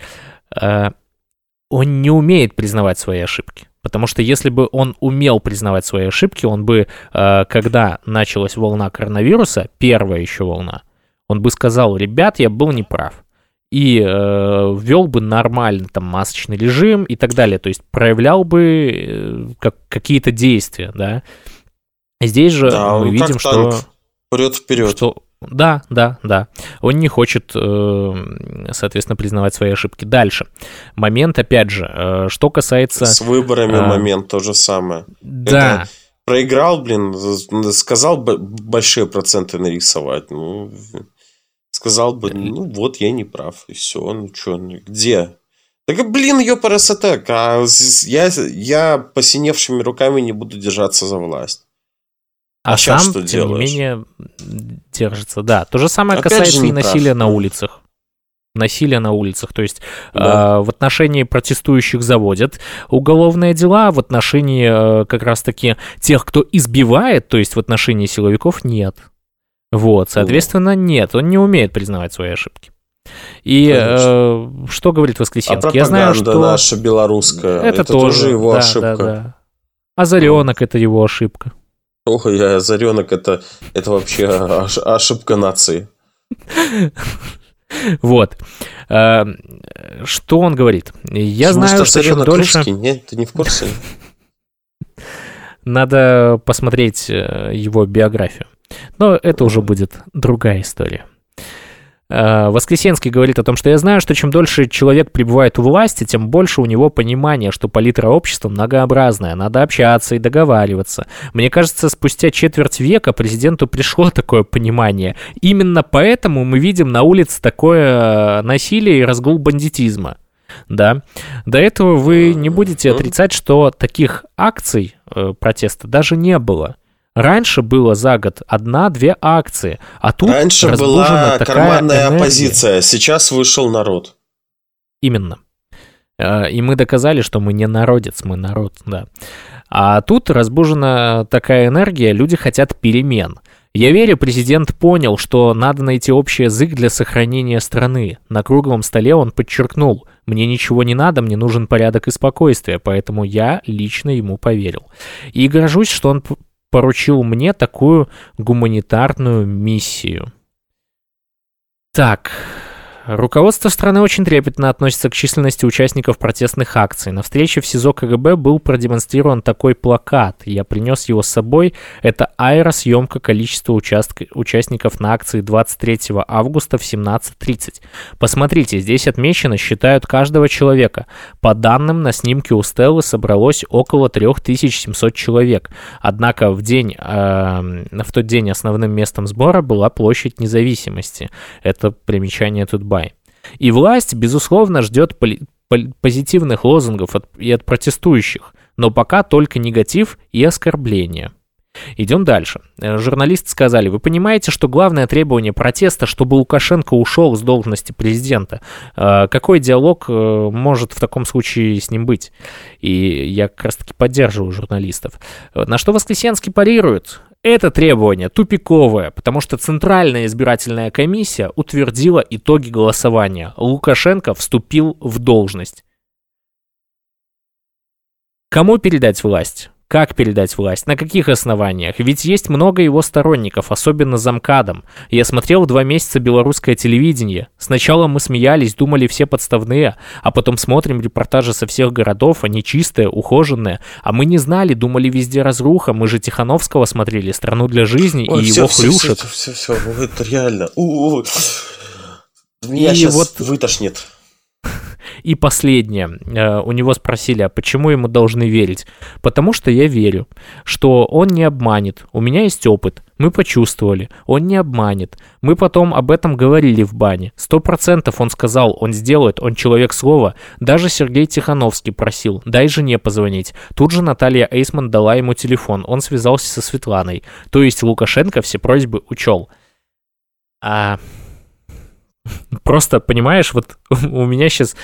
Он не умеет признавать свои ошибки. Потому что если бы он умел признавать свои ошибки, он бы, когда началась волна коронавируса, первая еще волна, он бы сказал: ребят, я был неправ. И ввел бы нормальный там масочный режим и так далее. То есть проявлял бы какие-то действия, да. Здесь же мы видим, что... Вперед. Да. Он не хочет, соответственно, признавать свои ошибки. Дальше. Момент, опять же, что касается... С выборами момент то же самое. Да. Это проиграл, сказал бы большие проценты нарисовать. Сказал бы, вот я не прав. И все, где? Так, ёпарасоте, я посиневшими руками не буду держаться за власть. А сейчас сам, что тем делаешь? не менее, держится. Да, то же самое Опять касается же и насилия на улицах. Насилие на улицах. То есть в отношении протестующих заводят уголовные дела, в отношении как раз-таки тех, кто избивает, то есть в отношении силовиков, нет. Вот, соответственно, нет, он не умеет признавать свои ошибки. И что говорит Воскресенский? Я знаю, что наша белорусская, это тоже его ошибка. Да. Озаренок — это его ошибка. Ох, Озаренок — это вообще ошибка нации. Вот. Что он говорит? Я знаю, что чем дольше... Русский? Нет, ты не в курсе? Надо посмотреть его биографию. Но это уже будет другая история. Воскресенский говорит о том, что я знаю, что чем дольше человек пребывает у власти, тем больше у него понимания, что палитра общества многообразная, надо общаться и договариваться. Мне кажется, спустя четверть века президенту пришло такое понимание. Именно поэтому мы видим на улице такое насилие и разгул бандитизма. Да. До этого вы не будете отрицать, что таких акций протеста даже не было. Раньше было за год 1-2 акции, а тут раньше была карманная оппозиция, сейчас вышел народ. Именно. И мы доказали, что мы не народец, мы народ, да. А тут разбужена такая энергия, люди хотят перемен. Я верю, президент понял, что надо найти общий язык для сохранения страны. На круглом столе он подчеркнул: мне ничего не надо, мне нужен порядок и спокойствие, поэтому я лично ему поверил. И горжусь, что он поручил мне такую гуманитарную миссию. Так, руководство страны очень трепетно относится к численности участников протестных акций. На встрече в СИЗО КГБ был продемонстрирован такой плакат. Я принес его с собой. Это аэросъемка количества участников на акции 23 августа в 17:30. Посмотрите, здесь отмечено, считают каждого человека. По данным, на снимке у Стеллы собралось около 3700 человек. Однако в тот день основным местом сбора была площадь Независимости. Это примечание Тутбай. И власть, безусловно, ждет позитивных лозунгов и от протестующих, но пока только негатив и оскорбления. Идем дальше. Журналисты сказали: вы понимаете, что главное требование протеста, чтобы Лукашенко ушел с должности президента. Какой диалог может в таком случае с ним быть? И я как раз таки поддерживаю журналистов. На что Воскресенский парирует: Это требование тупиковое, потому что Центральная избирательная комиссия утвердила итоги голосования. Лукашенко вступил в должность. Кому передать власть? Как передать власть? На каких основаниях? Ведь есть много его сторонников, особенно за МКАДом. Я смотрел 2 месяца белорусское телевидение. Сначала мы смеялись, думали все подставные, а потом смотрим репортажи со всех городов, они чистые, ухоженные. А мы не знали, думали везде разруха. Мы же Тихановского смотрели, «Страну для жизни» и его хрюшек. Все, это реально. Меня сейчас вот вытошнит. И последнее. У него спросили, а почему ему должны верить? Потому что я верю, что он не обманет. У меня есть опыт. Мы почувствовали. Он не обманет. Мы потом об этом говорили в бане. 100% он сказал, он сделает, он человек слова. Даже Сергей Тихановский просил, дай жене позвонить. Тут же Наталья Эйсман дала ему телефон. Он связался со Светланой. То есть Лукашенко все просьбы учел. Просто, понимаешь, вот у меня сейчас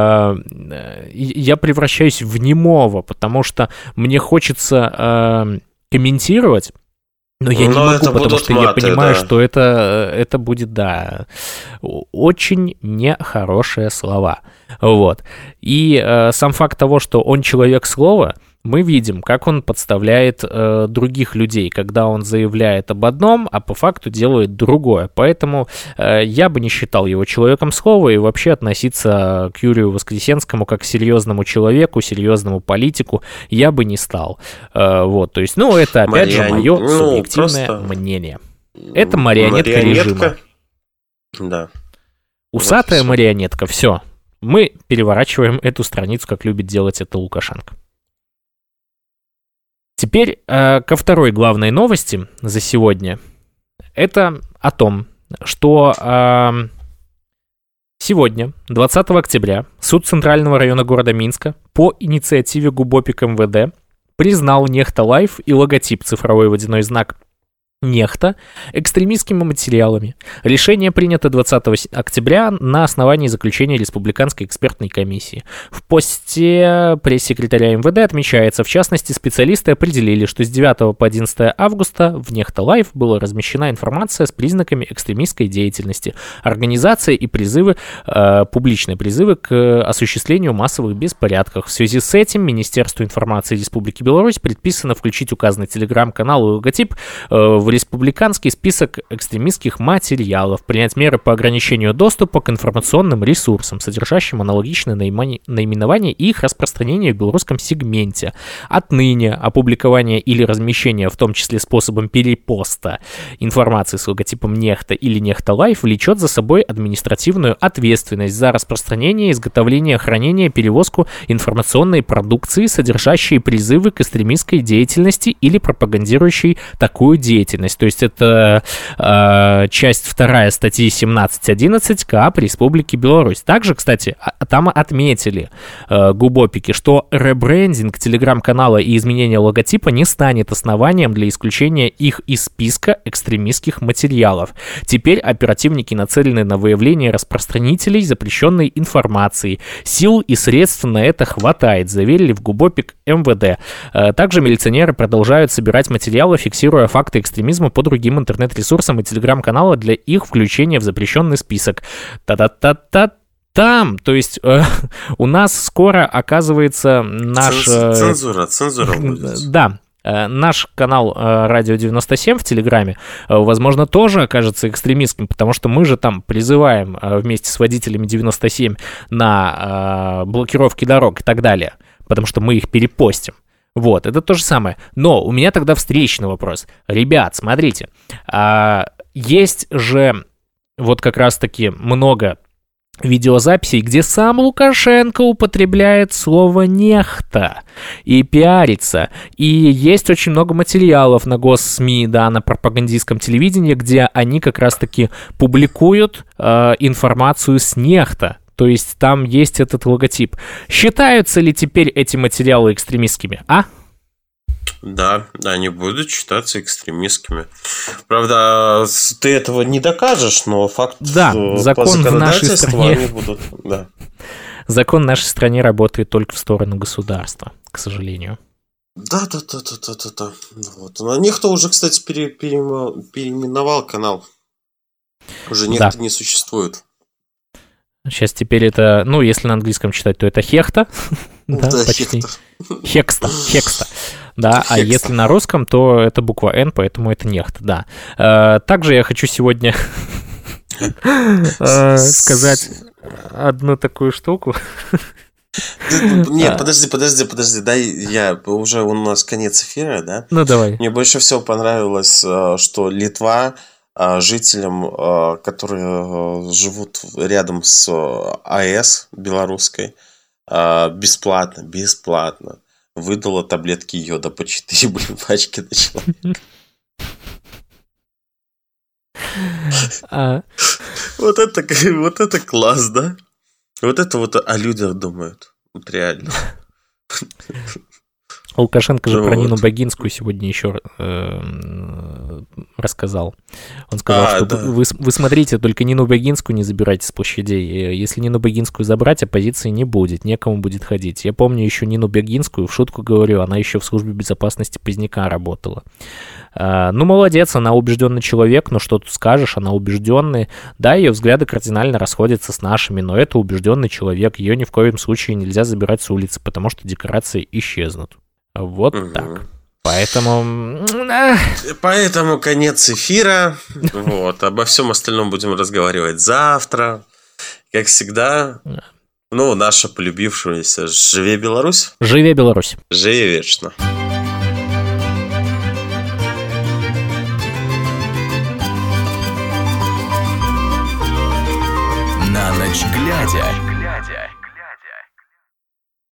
я превращаюсь в немого, потому что мне хочется комментировать, но я не могу, потому что маты, я понимаю, что это будет, да, очень нехорошие слова. Вот. И сам факт того, что он человек слова, мы видим, как он подставляет других людей, когда он заявляет об одном, а по факту делает другое. Поэтому я бы не считал его человеком слова и вообще относиться к Юрию Воскресенскому как к серьезному человеку, серьезному политику я бы не стал. Вот, то есть, это опять же мое субъективное мнение. Это марионетка режима. Да. Усатая марионетка, все. Мы переворачиваем эту страницу, как любит делать это Лукашенко. Теперь ко второй главной новости за сегодня. Это о том, что сегодня, 20 октября, суд Центрального района города Минска по инициативе ГУБОПИК МВД признал Нехта Лайф и логотип цифровой водяной знак Нехта экстремистскими материалами. Решение принято 20 октября на основании заключения Республиканской экспертной комиссии. В посте пресс-секретаря МВД отмечается, в частности, специалисты определили, что с 9 по 11 августа в Нехта Лайф была размещена информация с признаками экстремистской деятельности, организация и призывы, публичные призывы к осуществлению массовых беспорядков. В связи с этим Министерству информации Республики Беларусь предписано включить указанный телеграм-канал и логотип в республиканский список экстремистских материалов, принять меры по ограничению доступа к информационным ресурсам, содержащим аналогичное наименование и их распространение в белорусском сегменте. Отныне опубликование или размещение, в том числе способом перепоста информации с логотипом Нехта или Нехта Лайф, влечет за собой административную ответственность за распространение, изготовление, хранение, перевозку информационной продукции, содержащей призывы к экстремистской деятельности или пропагандирующей такую деятельность. То есть это часть 2 статьи 17.11 КАП Республики Беларусь. Также, кстати, там отметили ГУБОПИКи, что ребрендинг телеграм-канала и изменение логотипа не станет основанием для исключения их из списка экстремистских материалов. Теперь оперативники нацелены на выявление распространителей запрещенной информации. Сил и средств на это хватает, заверили в ГУБОПИК МВД. Также милиционеры продолжают собирать материалы, фиксируя факты экстремизма по другим интернет-ресурсам и телеграм-каналам для их включения в запрещенный список. Там, то есть у нас скоро оказывается наш... Цензура будет. Да. Наш канал Радио 97 в Телеграме, возможно, тоже окажется экстремистским, потому что мы же там призываем вместе с водителями 97 на блокировки дорог и так далее, потому что мы их перепостим. Вот, это то же самое. Но у меня тогда встречный вопрос. Ребят, смотрите, есть же вот как раз-таки много видеозаписей, где сам Лукашенко употребляет слово «нехта» и пиарится. И есть очень много материалов на госсми, да, на пропагандистском телевидении, где они как раз-таки публикуют информацию с «нехта». То есть там есть этот логотип. Считаются ли теперь эти материалы экстремистскими, а? Да, они будут считаться экстремистскими. Правда, ты этого не докажешь, но факт, да, закон по законодательству в нашей стране, они будут. Да. Закон в нашей стране работает только в сторону государства, к сожалению. Да. Вот. Но некто уже, кстати, переименовал канал. Уже некто не существует. Сейчас теперь это, ну, если на английском читать, то это Хехта. Да, почти. Хекста. Да, а если на русском, то это буква Н, поэтому это Нехта, да. Также я хочу сегодня сказать одну такую штуку. Нет, подожди, дай я, уже у нас конец эфира, да? Ну, давай. Мне больше всего понравилось, что Литва жителям, которые живут рядом с АЭС белорусской, бесплатно выдала таблетки йода по 4, пачки на человека. Вот это класс, да? Вот это вот о людях думают. Вот реально. Лукашенко же про Нину Богинскую сегодня еще рассказал. Он сказал, что вы смотрите, только Нину Богинскую не забирайте с площадей. Если Нину Богинскую забрать, оппозиции не будет, некому будет ходить. Я помню еще Нину Богинскую, в шутку говорю, она еще в службе безопасности Поздняка работала. Ну, молодец, она убежденный человек, но что тут скажешь, она убежденная. Да, ее взгляды кардинально расходятся с нашими, но это убежденный человек, ее ни в коем случае нельзя забирать с улицы, потому что декорации исчезнут. Вот так. Поэтому конец эфира. Вот. Обо всем остальном будем разговаривать завтра. Как всегда. Ну, наша полюбившаяся «Живе Беларусь». Живе Беларусь. Живе вечно. На ночь глядя.